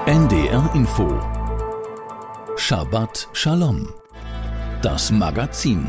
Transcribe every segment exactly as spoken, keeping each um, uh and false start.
N D R Info Shabbat Shalom, das Magazin.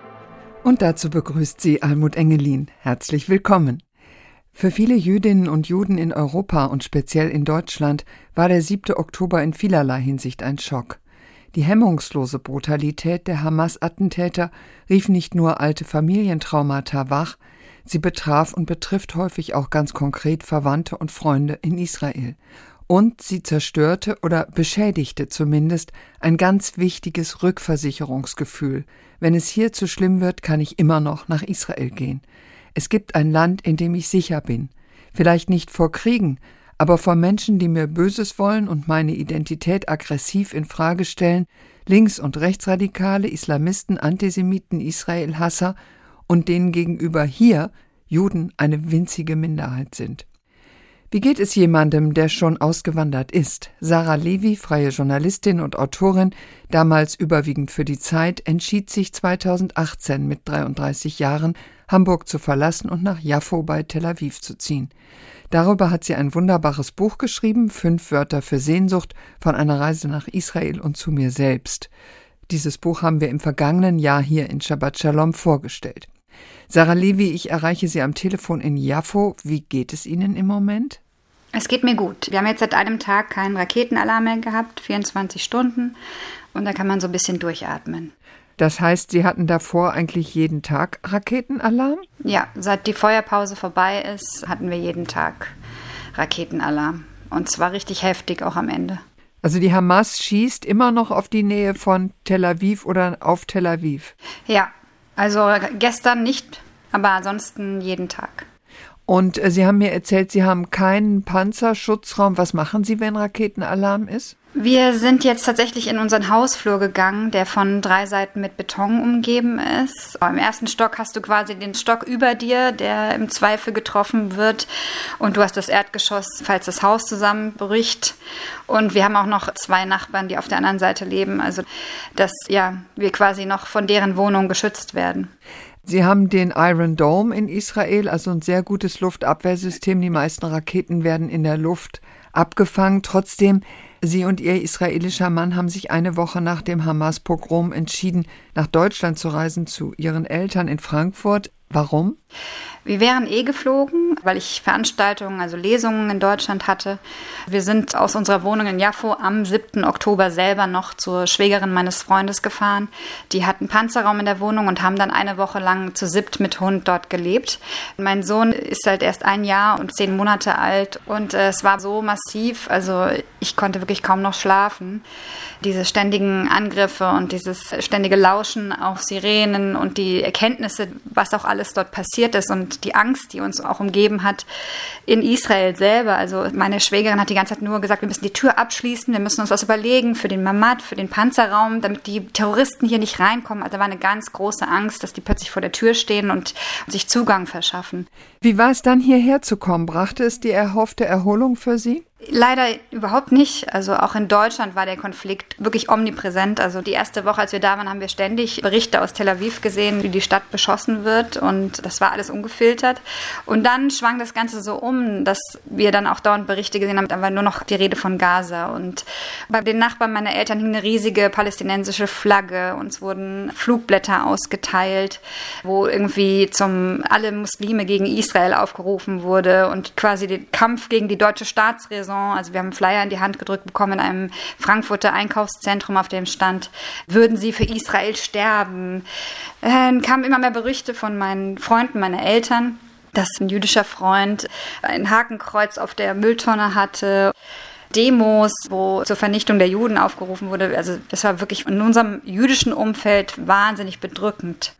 Und dazu begrüßt sie Almut Engelin. Herzlich willkommen. Für viele Jüdinnen und Juden in Europa und speziell in Deutschland war der siebte Oktober in vielerlei Hinsicht ein Schock. Die hemmungslose Brutalität der Hamas-Attentäter rief nicht nur alte Familientraumata wach, sie betraf und betrifft häufig auch ganz konkret Verwandte und Freunde in Israel. Und sie zerstörte oder beschädigte zumindest ein ganz wichtiges Rückversicherungsgefühl. Wenn es hier zu schlimm wird, kann ich immer noch nach Israel gehen. Es gibt ein Land, in dem ich sicher bin. Vielleicht nicht vor Kriegen, aber vor Menschen, die mir Böses wollen und meine Identität aggressiv in Frage stellen, Links- und Rechtsradikale, Islamisten, Antisemiten, Israel-Hasser und denen gegenüber hier Juden eine winzige Minderheit sind. Wie geht es jemandem, der schon ausgewandert ist? Sarah Levi, freie Journalistin und Autorin, damals überwiegend für die Zeit, entschied sich zweitausendachtzehn mit dreiunddreißig Jahren, Hamburg zu verlassen und nach Jaffo bei Tel Aviv zu ziehen. Darüber hat sie ein wunderbares Buch geschrieben, Fünf Wörter für Sehnsucht, von einer Reise nach Israel und zu mir selbst. Dieses Buch haben wir im vergangenen Jahr hier in Shabbat Shalom vorgestellt. Sarah Levi, ich erreiche Sie am Telefon in Jaffo. Wie geht es Ihnen im Moment? Es geht mir gut. Wir haben jetzt seit einem Tag keinen Raketenalarm mehr gehabt, vierundzwanzig Stunden. Und da kann man so ein bisschen durchatmen. Das heißt, Sie hatten davor eigentlich jeden Tag Raketenalarm? Ja, seit die Feuerpause vorbei ist, hatten wir jeden Tag Raketenalarm. Und zwar richtig heftig auch am Ende. Also die Hamas schießt immer noch auf die Nähe von Tel Aviv oder auf Tel Aviv? Ja, also gestern nicht, aber ansonsten jeden Tag. Und äh, Sie haben mir erzählt, Sie haben keinen Panzerschutzraum. Was machen Sie, wenn Raketenalarm ist? Wir sind jetzt tatsächlich in unseren Hausflur gegangen, der von drei Seiten mit Beton umgeben ist. Im ersten Stock hast du quasi den Stock über dir, der im Zweifel getroffen wird. Und du hast das Erdgeschoss, falls das Haus zusammenbricht. Und wir haben auch noch zwei Nachbarn, die auf der anderen Seite leben. Also, dass ja, wir quasi noch von deren Wohnung geschützt werden. Sie haben den Iron Dome in Israel, also ein sehr gutes Luftabwehrsystem. Die meisten Raketen werden in der Luft abgefangen. Trotzdem, Sie und Ihr israelischer Mann haben sich eine Woche nach dem Hamas-Pogrom entschieden, nach Deutschland zu reisen, zu Ihren Eltern in Frankfurt. Warum? Wir wären eh geflogen, weil ich Veranstaltungen, also Lesungen in Deutschland hatte. Wir sind aus unserer Wohnung in Jaffo am siebten Oktober selber noch zur Schwägerin meines Freundes gefahren. Die hatten Panzerraum in der Wohnung und haben dann eine Woche lang zu siebt mit Hund dort gelebt. Mein Sohn ist halt erst ein Jahr und zehn Monate alt und äh, es war so massiv, also ich konnte wirklich kaum noch schlafen. Diese ständigen Angriffe und dieses ständige Lauschen auf Sirenen und die Erkenntnisse, was auch alles dort passiert ist und die Angst, die uns auch umgeben hat in Israel selber. Also meine Schwägerin hat die ganze Zeit nur gesagt, wir müssen die Tür abschließen, wir müssen uns was überlegen für den Mamad, für den Panzerraum, damit die Terroristen hier nicht reinkommen. Also da war eine ganz große Angst, dass die plötzlich vor der Tür stehen und sich Zugang verschaffen. Wie war es dann, hierher zu kommen? Brachte es die erhoffte Erholung für Sie? Leider überhaupt nicht. Also auch in Deutschland war der Konflikt wirklich omnipräsent. Also die erste Woche, als wir da waren, haben wir ständig Berichte aus Tel Aviv gesehen, wie die Stadt beschossen wird und das war alles ungefiltert. Und dann schwang das Ganze so um, dass wir dann auch dauernd Berichte gesehen haben, dann war nur noch die Rede von Gaza. Und bei den Nachbarn meiner Eltern hing eine riesige palästinensische Flagge. Uns wurden Flugblätter ausgeteilt, wo irgendwie zum alle Muslime gegen Israel aufgerufen wurde und quasi den Kampf gegen die deutsche Staatsräson. Also wir haben einen Flyer in die Hand gedrückt bekommen in einem Frankfurter Einkaufszentrum, auf dem stand, würden Sie für Israel sterben? Dann kamen immer mehr Berichte von meinen Freunden, meiner Eltern, dass ein jüdischer Freund ein Hakenkreuz auf der Mülltonne hatte. Demos, wo zur Vernichtung der Juden aufgerufen wurde. Also das war wirklich in unserem jüdischen Umfeld wahnsinnig bedrückend.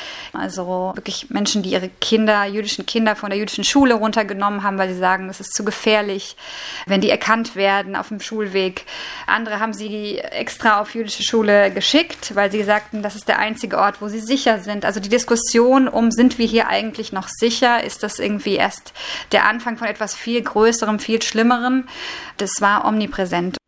Also wirklich Menschen, die ihre Kinder, jüdischen Kinder von der jüdischen Schule runtergenommen haben, weil sie sagen, es ist zu gefährlich, wenn die erkannt werden auf dem Schulweg. Andere haben sie extra auf jüdische Schule geschickt, weil sie sagten, das ist der einzige Ort, wo sie sicher sind. Also die Diskussion um, sind wir hier eigentlich noch sicher, ist das irgendwie erst der Anfang von etwas viel Größerem, viel Schlimmerem. Das war omnipräsent.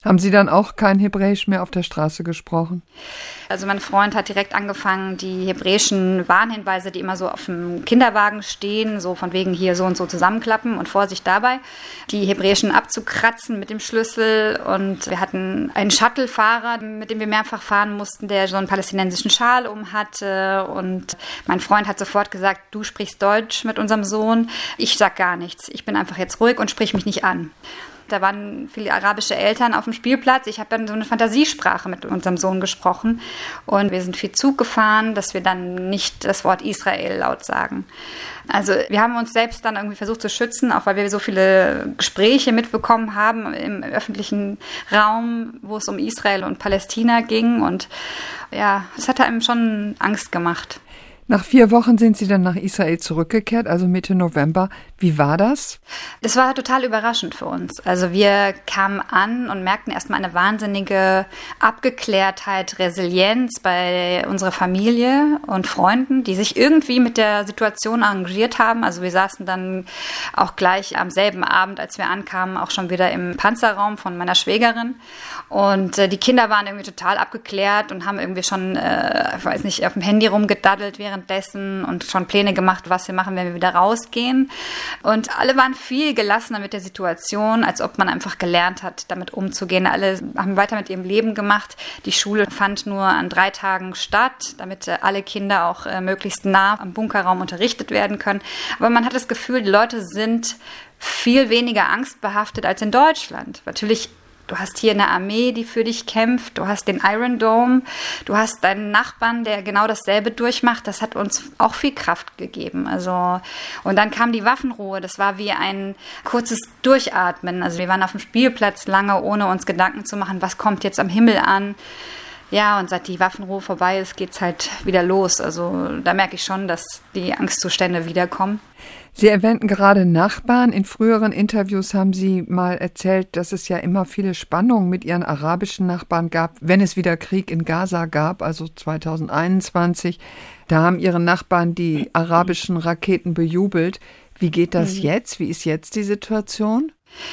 Haben Sie dann auch kein Hebräisch mehr auf der Straße gesprochen? Also mein Freund hat direkt angefangen, die hebräischen Warnhinweise, die immer so auf dem Kinderwagen stehen, so von wegen hier so und so zusammenklappen und Vorsicht dabei, die hebräischen abzukratzen mit dem Schlüssel. Und wir hatten einen Shuttlefahrer, mit dem wir mehrfach fahren mussten, der so einen palästinensischen Schal um hatte. Und mein Freund hat sofort gesagt, du sprichst Deutsch mit unserem Sohn. Ich sag gar nichts. Ich bin einfach jetzt ruhig und sprich mich nicht an. Da waren viele arabische Eltern auf dem Spielplatz. Ich habe dann so eine Fantasiesprache mit unserem Sohn gesprochen. Und wir sind viel Zug gefahren, dass wir dann nicht das Wort Israel laut sagen. Also wir haben uns selbst dann irgendwie versucht zu schützen, auch weil wir so viele Gespräche mitbekommen haben im öffentlichen Raum, wo es um Israel und Palästina ging. Und ja, es hat einem schon Angst gemacht. Nach vier Wochen sind Sie dann nach Israel zurückgekehrt, also Mitte November. Wie war das? Das war total überraschend für uns. Also wir kamen an und merkten erstmal eine wahnsinnige Abgeklärtheit, Resilienz bei unserer Familie und Freunden, die sich irgendwie mit der Situation arrangiert haben. Also wir saßen dann auch gleich am selben Abend, als wir ankamen, auch schon wieder im Panzerraum von meiner Schwägerin. Und äh, die Kinder waren irgendwie total abgeklärt und haben irgendwie schon, äh, ich weiß nicht, auf dem Handy rumgedaddelt währenddessen und schon Pläne gemacht, was wir machen, wenn wir wieder rausgehen. Und alle waren viel gelassener mit der Situation, als ob man einfach gelernt hat, damit umzugehen. Alle haben weiter mit ihrem Leben gemacht. Die Schule fand nur an drei Tagen statt, damit äh, alle Kinder auch äh, möglichst nah am Bunkerraum unterrichtet werden können. Aber man hat das Gefühl, die Leute sind viel weniger angstbehaftet als in Deutschland. Natürlich, du hast hier eine Armee, die für dich kämpft. Du hast den Iron Dome. Du hast deinen Nachbarn, der genau dasselbe durchmacht. Das hat uns auch viel Kraft gegeben. Also, und dann kam die Waffenruhe. Das war wie ein kurzes Durchatmen. Also wir waren auf dem Spielplatz lange, ohne uns Gedanken zu machen, was kommt jetzt am Himmel an. Ja, und seit die Waffenruhe vorbei ist, geht's halt wieder los. Also da merke ich schon, dass die Angstzustände wiederkommen. Sie erwähnten gerade Nachbarn. In früheren Interviews haben Sie mal erzählt, dass es ja immer viele Spannungen mit Ihren arabischen Nachbarn gab, wenn es wieder Krieg in Gaza gab, also zwanzig einundzwanzig. Da haben Ihre Nachbarn die arabischen Raketen bejubelt. Wie geht das jetzt? Wie ist jetzt die Situation?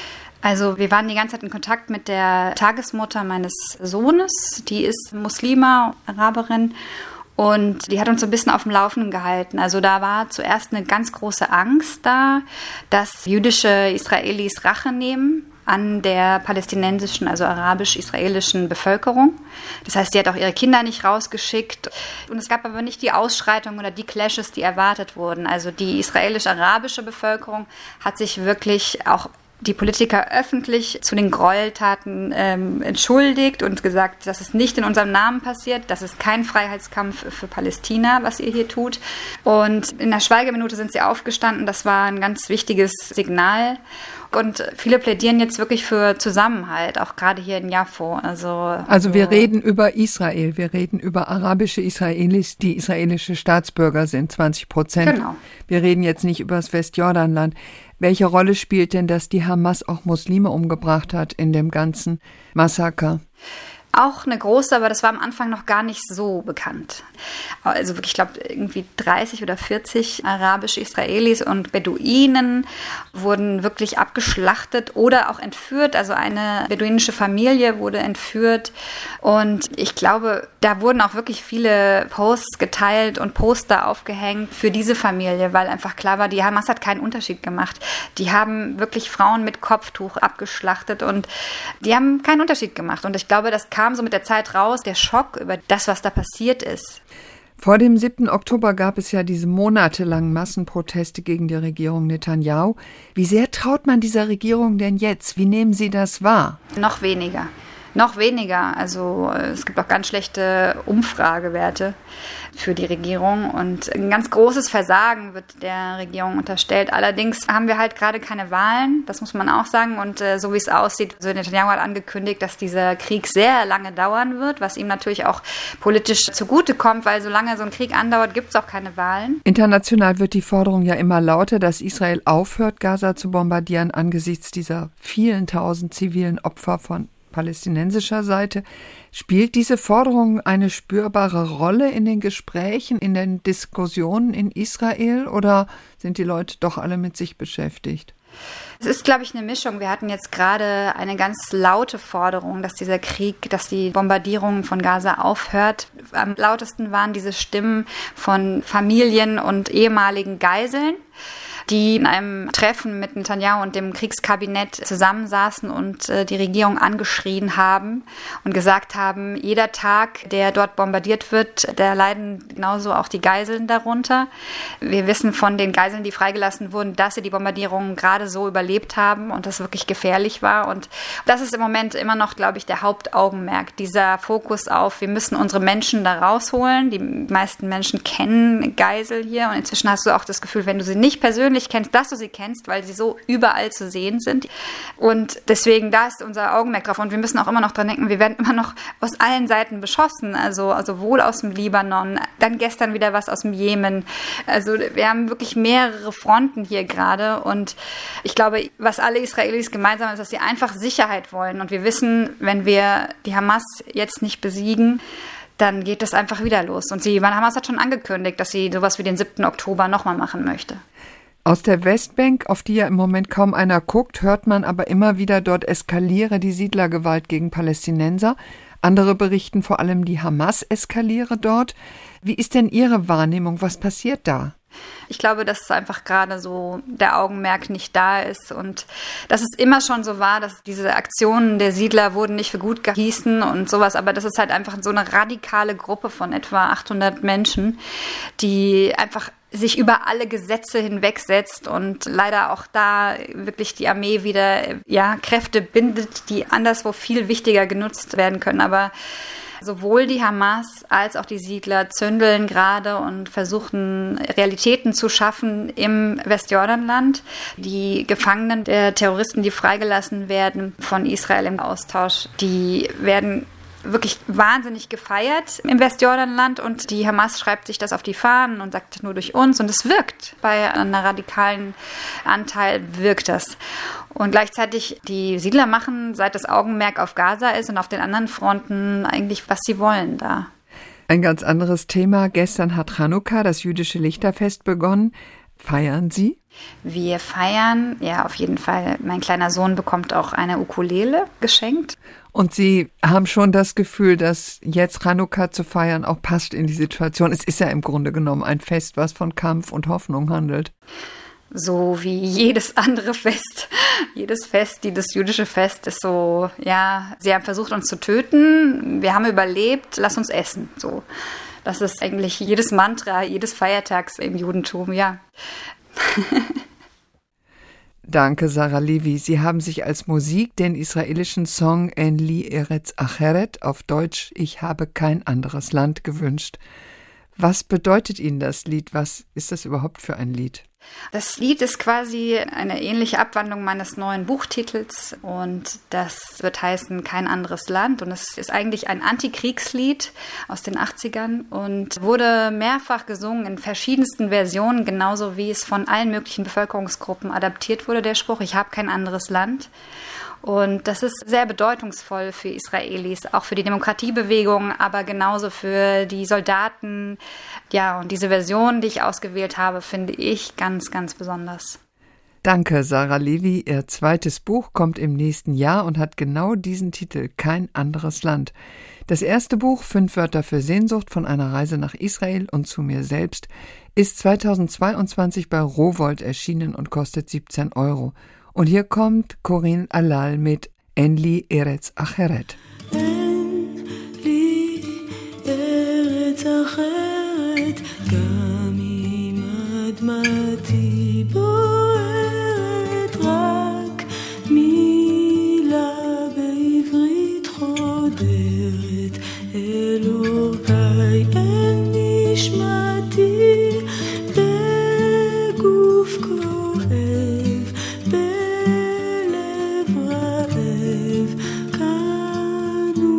Also wir waren die ganze Zeit in Kontakt mit der Tagesmutter meines Sohnes. Die ist Muslima, Araberin. Und die hat uns so ein bisschen auf dem Laufenden gehalten. Also da war zuerst eine ganz große Angst da, dass jüdische Israelis Rache nehmen an der palästinensischen, also arabisch-israelischen Bevölkerung. Das heißt, sie hat auch ihre Kinder nicht rausgeschickt. Und es gab aber nicht die Ausschreitungen oder die Clashes, die erwartet wurden. Also die israelisch-arabische Bevölkerung hat sich wirklich auch die Politiker öffentlich zu den Gräueltaten ähm, entschuldigt und gesagt, das ist nicht in unserem Namen passiert, das ist kein Freiheitskampf für Palästina, was ihr hier tut. Und in der Schweigeminute sind sie aufgestanden, das war ein ganz wichtiges Signal. Und viele plädieren jetzt wirklich für Zusammenhalt, auch gerade hier in Jaffo. Also, also wir reden über Israel, wir reden über arabische Israelis, die israelische Staatsbürger sind, zwanzig Prozent. Genau. Wir reden jetzt nicht über das Westjordanland. Welche Rolle spielt denn, dass die Hamas auch Muslime umgebracht hat in dem ganzen Massaker? Auch eine große, aber das war am Anfang noch gar nicht so bekannt. Also wirklich, ich glaube, irgendwie dreißig oder vierzig arabische Israelis und Beduinen wurden wirklich abgeschlachtet oder auch entführt. Also eine beduinische Familie wurde entführt. Und ich glaube, da wurden auch wirklich viele Posts geteilt und Poster aufgehängt für diese Familie, weil einfach klar war, die Hamas hat keinen Unterschied gemacht. Die haben wirklich Frauen mit Kopftuch abgeschlachtet und die haben keinen Unterschied gemacht. Und ich glaube, das kam so mit der Zeit raus, der Schock über das, was da passiert ist. Vor dem siebten Oktober gab es ja diese monatelangen Massenproteste gegen die Regierung Netanyahu. Wie sehr traut man dieser Regierung denn jetzt? Wie nehmen Sie das wahr? Noch weniger. Noch weniger. Also es gibt auch ganz schlechte Umfragewerte für die Regierung und ein ganz großes Versagen wird der Regierung unterstellt. Allerdings haben wir halt gerade keine Wahlen, das muss man auch sagen. Und äh, so wie es aussieht, so Netanyahu hat angekündigt, dass dieser Krieg sehr lange dauern wird, was ihm natürlich auch politisch zugutekommt, weil solange so ein Krieg andauert, gibt es auch keine Wahlen. International wird die Forderung ja immer lauter, dass Israel aufhört, Gaza zu bombardieren angesichts dieser vielen tausend zivilen Opfer von palästinensischer Seite. Spielt diese Forderung eine spürbare Rolle in den Gesprächen, in den Diskussionen in Israel oder sind die Leute doch alle mit sich beschäftigt? Es ist, glaube ich, eine Mischung. Wir hatten jetzt gerade eine ganz laute Forderung, dass dieser Krieg, dass die Bombardierung von Gaza aufhört. Am lautesten waren diese Stimmen von Familien und ehemaligen Geiseln, die in einem Treffen mit Netanyahu und dem Kriegskabinett zusammensaßen und äh, die Regierung angeschrien haben und gesagt haben, jeder Tag, der dort bombardiert wird, da leiden genauso auch die Geiseln darunter. Wir wissen von den Geiseln, die freigelassen wurden, dass sie die Bombardierung gerade so überlebt haben und das wirklich gefährlich war. Und das ist im Moment immer noch, glaube ich, der Hauptaugenmerk, dieser Fokus auf, wir müssen unsere Menschen da rausholen. Die meisten Menschen kennen Geisel hier und inzwischen hast du auch das Gefühl, wenn du sie nicht persönlich kennst, dass du sie kennst, weil sie so überall zu sehen sind. Und deswegen, da ist unser Augenmerk drauf. Und wir müssen auch immer noch dran denken, wir werden immer noch aus allen Seiten beschossen. Also sowohl aus dem Libanon, dann gestern wieder was aus dem Jemen. Also wir haben wirklich mehrere Fronten hier gerade. Und ich glaube, was alle Israelis gemeinsam haben, ist, dass sie einfach Sicherheit wollen. Und wir wissen, wenn wir die Hamas jetzt nicht besiegen, dann geht das einfach wieder los. Und sie, Hamas hat schon angekündigt, dass sie sowas wie den siebten Oktober nochmal machen möchte. Aus der Westbank, auf die ja im Moment kaum einer guckt, hört man aber immer wieder, dort eskaliere die Siedlergewalt gegen Palästinenser. Andere berichten vor allem, die Hamas eskaliere dort. Wie ist denn Ihre Wahrnehmung? Was passiert da? Ich glaube, dass einfach gerade so der Augenmerk nicht da ist und dass es immer schon so war, dass diese Aktionen der Siedler wurden nicht für gut gehießen und sowas, aber das ist halt einfach so eine radikale Gruppe von etwa achthundert Menschen, die einfach sich über alle Gesetze hinwegsetzt und leider auch da wirklich die Armee wieder ja, Kräfte bindet, die anderswo viel wichtiger genutzt werden können. Aber sowohl die Hamas als auch die Siedler zündeln gerade und versuchen, Realitäten zu schaffen im Westjordanland. Die Gefangenen der Terroristen, die freigelassen werden von Israel im Austausch, die werden wirklich wahnsinnig gefeiert im Westjordanland und die Hamas schreibt sich das auf die Fahnen und sagt nur durch uns und es wirkt. Bei einem radikalen Anteil wirkt das. Und gleichzeitig die Siedler machen, seit das Augenmerk auf Gaza ist und auf den anderen Fronten eigentlich, was sie wollen da. Ein ganz anderes Thema. Gestern hat Chanukka, das jüdische Lichterfest, begonnen. Feiern Sie? Wir feiern, ja, auf jeden Fall. Mein kleiner Sohn bekommt auch eine Ukulele geschenkt. Und Sie haben schon das Gefühl, dass jetzt Chanukka zu feiern auch passt in die Situation. Es ist ja im Grunde genommen ein Fest, was von Kampf und Hoffnung handelt. So wie jedes andere Fest. Jedes Fest, jedes jüdische Fest ist so, ja, sie haben versucht, uns zu töten. Wir haben überlebt, lass uns essen. So. Das ist eigentlich jedes Mantra, jedes Feiertags im Judentum, ja. Danke, Sarah Levi. Sie haben sich als Musik den israelischen Song En li eretz acheret, auf Deutsch Ich habe kein anderes Land, gewünscht. Was bedeutet Ihnen das Lied? Was ist das überhaupt für ein Lied? Das Lied ist quasi eine ähnliche Abwandlung meines neuen Buchtitels und das wird heißen Kein anderes Land und es ist eigentlich ein Antikriegslied aus den achtzigern und wurde mehrfach gesungen in verschiedensten Versionen, genauso wie es von allen möglichen Bevölkerungsgruppen adaptiert wurde, der Spruch, ich habe kein anderes Land. Und das ist sehr bedeutungsvoll für Israelis, auch für die Demokratiebewegung, aber genauso für die Soldaten. Ja, und diese Version, die ich ausgewählt habe, finde ich ganz, ganz besonders. Danke, Sarah Levi. Ihr zweites Buch kommt im nächsten Jahr und hat genau diesen Titel, Kein anderes Land. Das erste Buch, Fünf Wörter für Sehnsucht, von einer Reise nach Israel und zu mir selbst, ist zweitausendzweiundzwanzig bei Rowohlt erschienen und kostet siebzehn Euro. Und hier kommt Corinne Allal mit En li eretz acheret. En li eretz acheret, גם אם אדמתי בוערת, רק מילה בעברית חודרת, אלוהי אין נשמתי בגוף כואב, בלב רעב, כאן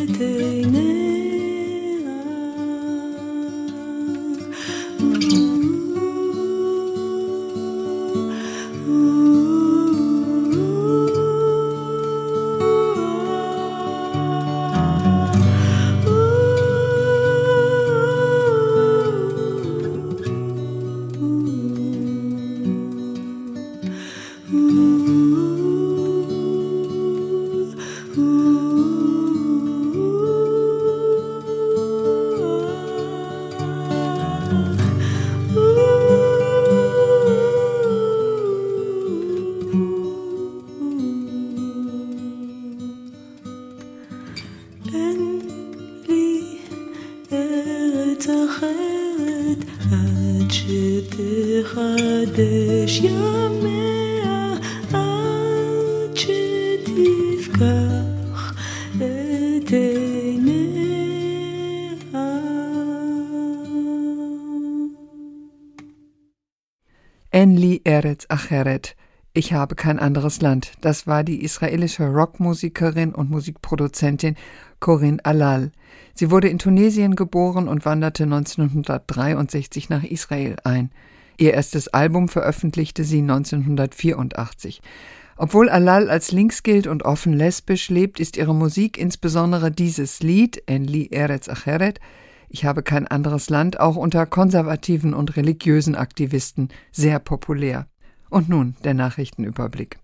En li eretz acheret. Ich habe kein anderes Land. Das war die israelische Rockmusikerin und Musikproduzentin Corinne Allal. Sie wurde in Tunesien geboren und wanderte neunzehnhundertdreiundsechzig nach Israel ein. Ihr erstes Album veröffentlichte sie neunzehnhundertvierundachtzig. Obwohl Allal als links gilt und offen lesbisch lebt, ist ihre Musik, insbesondere dieses Lied, En li eretz acheret, ich habe kein anderes Land, auch unter konservativen und religiösen Aktivisten sehr populär. Und nun der Nachrichtenüberblick.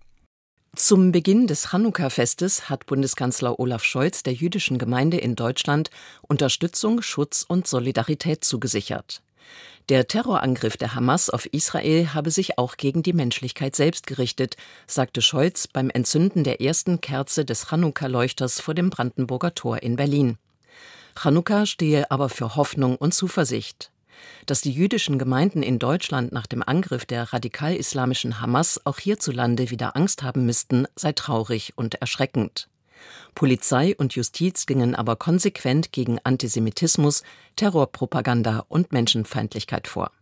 Zum Beginn des Chanukka-Festes hat Bundeskanzler Olaf Scholz der jüdischen Gemeinde in Deutschland Unterstützung, Schutz und Solidarität zugesichert. Der Terrorangriff der Hamas auf Israel habe sich auch gegen die Menschlichkeit selbst gerichtet, sagte Scholz beim Entzünden der ersten Kerze des Chanukka-Leuchters vor dem Brandenburger Tor in Berlin. Chanukka stehe aber für Hoffnung und Zuversicht. Dass die jüdischen Gemeinden in Deutschland nach dem Angriff der radikal-islamischen Hamas auch hierzulande wieder Angst haben müssten, sei traurig und erschreckend. Polizei und Justiz gingen aber konsequent gegen Antisemitismus, Terrorpropaganda und Menschenfeindlichkeit vor.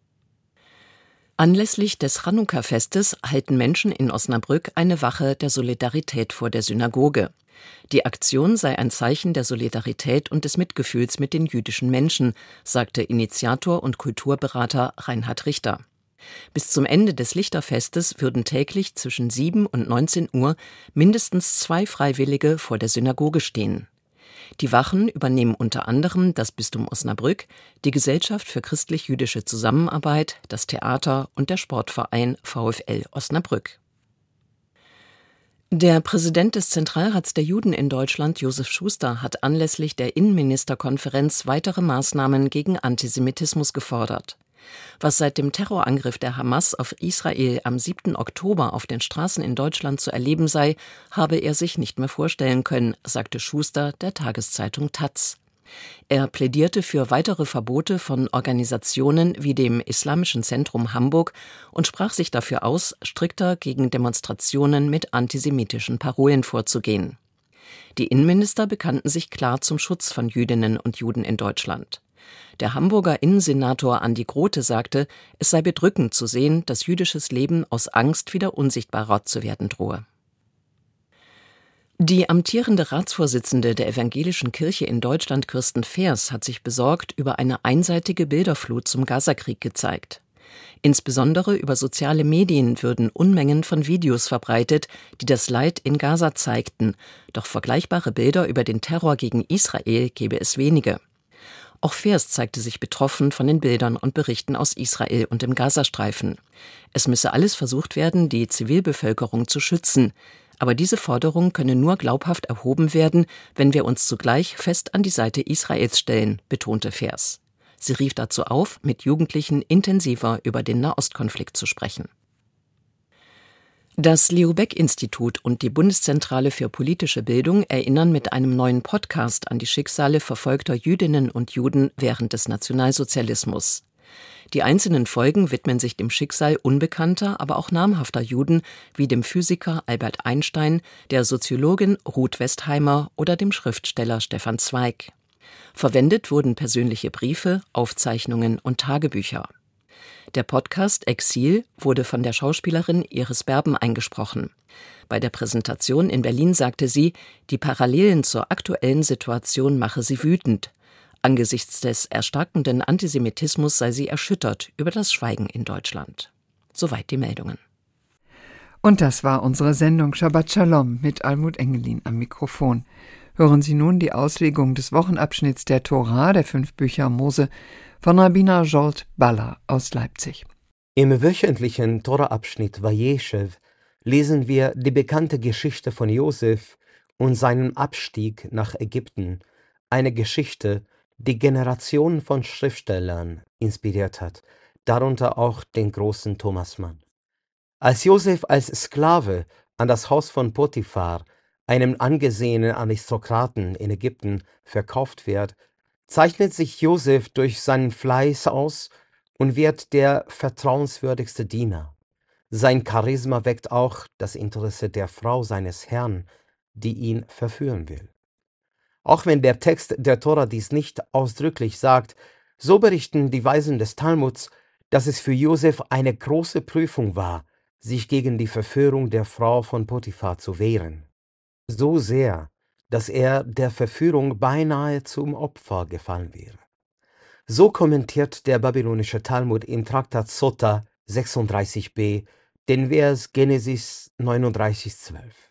Anlässlich des Chanukka-Festes halten Menschen in Osnabrück eine Wache der Solidarität vor der Synagoge. Die Aktion sei ein Zeichen der Solidarität und des Mitgefühls mit den jüdischen Menschen, sagte Initiator und Kulturberater Reinhard Richter. Bis zum Ende des Lichterfestes würden täglich zwischen sieben und neunzehn Uhr mindestens zwei Freiwillige vor der Synagoge stehen. Die Wachen übernehmen unter anderem das Bistum Osnabrück, die Gesellschaft für christlich-jüdische Zusammenarbeit, das Theater und der Sportverein VfL Osnabrück. Der Präsident des Zentralrats der Juden in Deutschland, Josef Schuster, hat anlässlich der Innenministerkonferenz weitere Maßnahmen gegen Antisemitismus gefordert. Was seit dem Terrorangriff der Hamas auf Israel am siebten Oktober auf den Straßen in Deutschland zu erleben sei, habe er sich nicht mehr vorstellen können, sagte Schuster der Tageszeitung Taz. Er plädierte für weitere Verbote von Organisationen wie dem Islamischen Zentrum Hamburg und sprach sich dafür aus, strikter gegen Demonstrationen mit antisemitischen Parolen vorzugehen. Die Innenminister bekannten sich klar zum Schutz von Jüdinnen und Juden in Deutschland. Der Hamburger Innensenator Andi Grote sagte, es sei bedrückend zu sehen, dass jüdisches Leben aus Angst wieder unsichtbarer zu werden drohe. Die amtierende Ratsvorsitzende der Evangelischen Kirche in Deutschland, Kirsten Feers, hat sich besorgt über eine einseitige Bilderflut zum Gazakrieg gezeigt. Insbesondere über soziale Medien würden Unmengen von Videos verbreitet, die das Leid in Gaza zeigten, doch vergleichbare Bilder über den Terror gegen Israel gebe es wenige. Auch Feers zeigte sich betroffen von den Bildern und Berichten aus Israel und dem Gazastreifen. Es müsse alles versucht werden, die Zivilbevölkerung zu schützen. Aber diese Forderung könne nur glaubhaft erhoben werden, wenn wir uns zugleich fest an die Seite Israels stellen, betonte Feers. Sie rief dazu auf, mit Jugendlichen intensiver über den Nahostkonflikt zu sprechen. Das Leo Baeck-Institut und die Bundeszentrale für politische Bildung erinnern mit einem neuen Podcast an die Schicksale verfolgter Jüdinnen und Juden während des Nationalsozialismus. Die einzelnen Folgen widmen sich dem Schicksal unbekannter, aber auch namhafter Juden wie dem Physiker Albert Einstein, der Soziologin Ruth Westheimer oder dem Schriftsteller Stefan Zweig. Verwendet wurden persönliche Briefe, Aufzeichnungen und Tagebücher. Der Podcast Exil wurde von der Schauspielerin Iris Berben eingesprochen. Bei der Präsentation in Berlin sagte sie, die Parallelen zur aktuellen Situation mache sie wütend. Angesichts des erstarkenden Antisemitismus sei sie erschüttert über das Schweigen in Deutschland. Soweit die Meldungen. Und das war unsere Sendung Shabbat Shalom mit Almut Engelin am Mikrofon. Hören Sie nun die Auslegung des Wochenabschnitts der Tora, der fünf Bücher Mose, von Rabbiner Zsolt Balla aus Leipzig. Im wöchentlichen Tora-Abschnitt Vayeshev lesen wir die bekannte Geschichte von Josef und seinem Abstieg nach Ägypten, eine Geschichte, die Generationen von Schriftstellern inspiriert hat, darunter auch den großen Thomas Mann. Als Josef als Sklave an das Haus von Potiphar, einem angesehenen Aristokraten in Ägypten, verkauft wird, zeichnet sich Josef durch seinen Fleiß aus und wird der vertrauenswürdigste Diener. Sein Charisma weckt auch das Interesse der Frau seines Herrn, die ihn verführen will. Auch wenn der Text der Tora dies nicht ausdrücklich sagt, so berichten die Weisen des Talmuds, dass es für Josef eine große Prüfung war, sich gegen die Verführung der Frau von Potiphar zu wehren. So sehr, dass er der Verführung beinahe zum Opfer gefallen wäre. So kommentiert der babylonische Talmud im Traktat Sota sechsunddreißig b den Vers Genesis neununddreißig zwölf.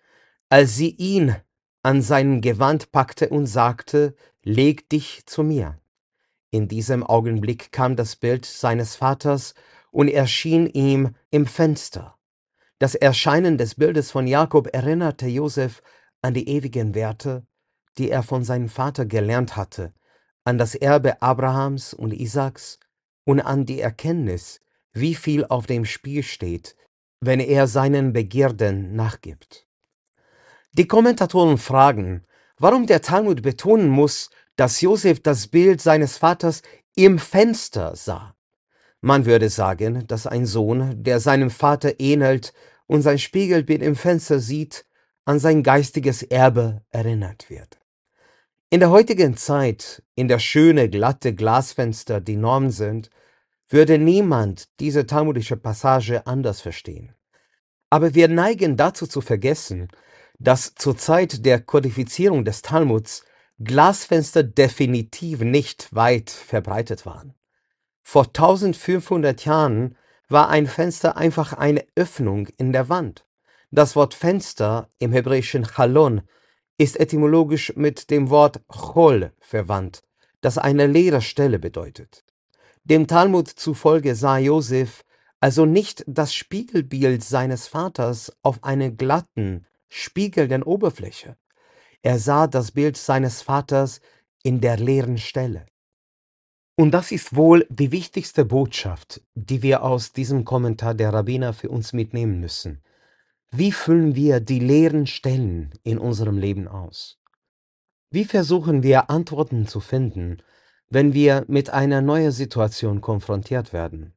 Als sie ihn an seinem Gewand packte und sagte, leg dich zu mir. In diesem Augenblick kam das Bild seines Vaters und erschien ihm im Fenster. Das Erscheinen des Bildes von Jakob erinnerte Josef an die ewigen Werte, die er von seinem Vater gelernt hatte, an das Erbe Abrahams und Isaaks und an die Erkenntnis, wie viel auf dem Spiel steht, wenn er seinen Begierden nachgibt. Die Kommentatoren fragen, warum der Talmud betonen muss, dass Josef das Bild seines Vaters im Fenster sah. Man würde sagen, dass ein Sohn, der seinem Vater ähnelt und sein Spiegelbild im Fenster sieht, an sein geistiges Erbe erinnert wird. In der heutigen Zeit, in der schöne, glatte Glasfenster die Norm sind, würde niemand diese talmudische Passage anders verstehen. Aber wir neigen dazu zu vergessen, dass zur Zeit der Kodifizierung des Talmuds Glasfenster definitiv nicht weit verbreitet waren. Vor eintausendfünfhundert Jahren war ein Fenster einfach eine Öffnung in der Wand. Das Wort Fenster im hebräischen Chalon ist etymologisch mit dem Wort Chol verwandt, das eine leere Stelle bedeutet. Dem Talmud zufolge sah Josef also nicht das Spiegelbild seines Vaters auf einer glatten, spiegelnden Oberfläche. Er sah das Bild seines Vaters in der leeren Stelle. Und das ist wohl die wichtigste Botschaft, die wir aus diesem Kommentar der Rabbiner für uns mitnehmen müssen. Wie füllen wir die leeren Stellen in unserem Leben aus? Wie versuchen wir Antworten zu finden, wenn wir mit einer neuen Situation konfrontiert werden?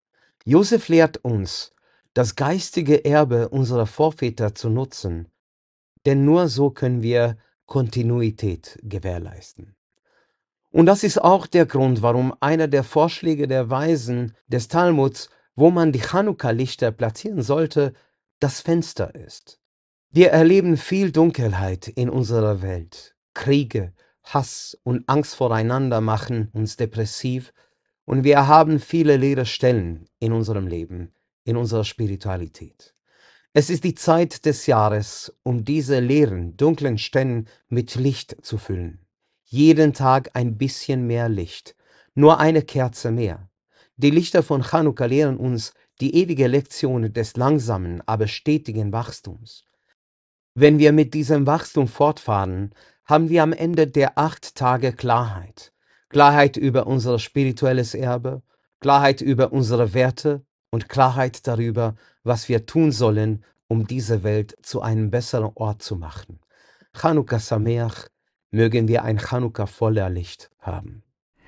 Josef lehrt uns, das geistige Erbe unserer Vorväter zu nutzen, denn nur so können wir Kontinuität gewährleisten. Und das ist auch der Grund, warum einer der Vorschläge der Weisen des Talmuds, wo man die Chanukka-Lichter platzieren sollte, das Fenster ist. Wir erleben viel Dunkelheit in unserer Welt. Kriege, Hass und Angst voreinander machen uns depressiv und wir haben viele leere Stellen in unserem Leben, in unserer Spiritualität. Es ist die Zeit des Jahres, um diese leeren, dunklen Stellen mit Licht zu füllen. Jeden Tag ein bisschen mehr Licht, nur eine Kerze mehr. Die Lichter von Chanukka lehren uns die ewige Lektion des langsamen, aber stetigen Wachstums. Wenn wir mit diesem Wachstum fortfahren, haben wir am Ende der acht Tage Klarheit. Klarheit über unser spirituelles Erbe, Klarheit über unsere Werte und Klarheit darüber, was wir tun sollen, um diese Welt zu einem besseren Ort zu machen. Chanukka Sameach, mögen wir ein Chanukka voller Licht haben.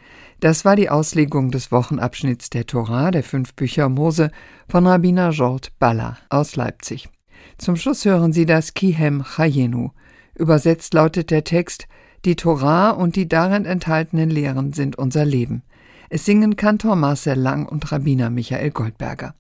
Das war die Auslegung des Wochenabschnitts der Tora, der fünf Bücher Mose, von Rabbiner Zsolt Balla aus Leipzig. Zum Schluss hören Sie das Kihem Chayenu. Übersetzt lautet der Text: Die Tora und die darin enthaltenen Lehren sind unser Leben. Es singen Kantor Marcel Lang und Rabbiner Michael Goldberger.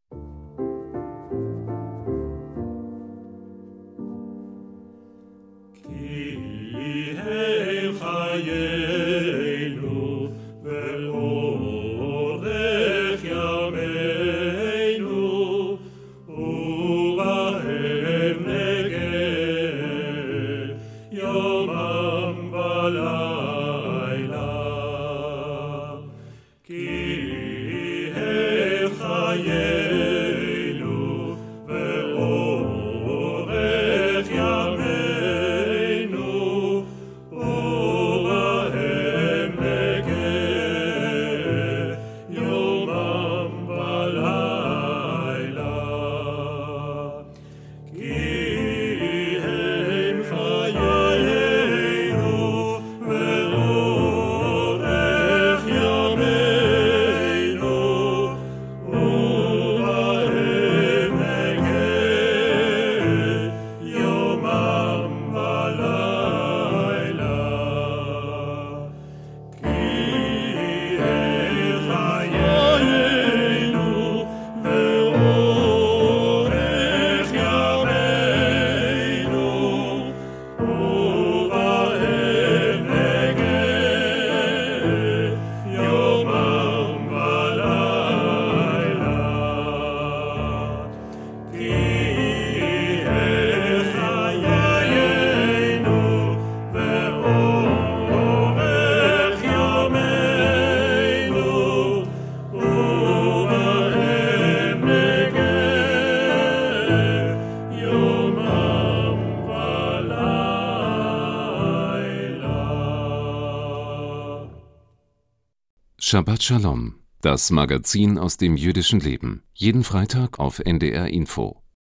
Shabbat Shalom, das Magazin aus dem jüdischen Leben. Jeden Freitag auf N D R Info.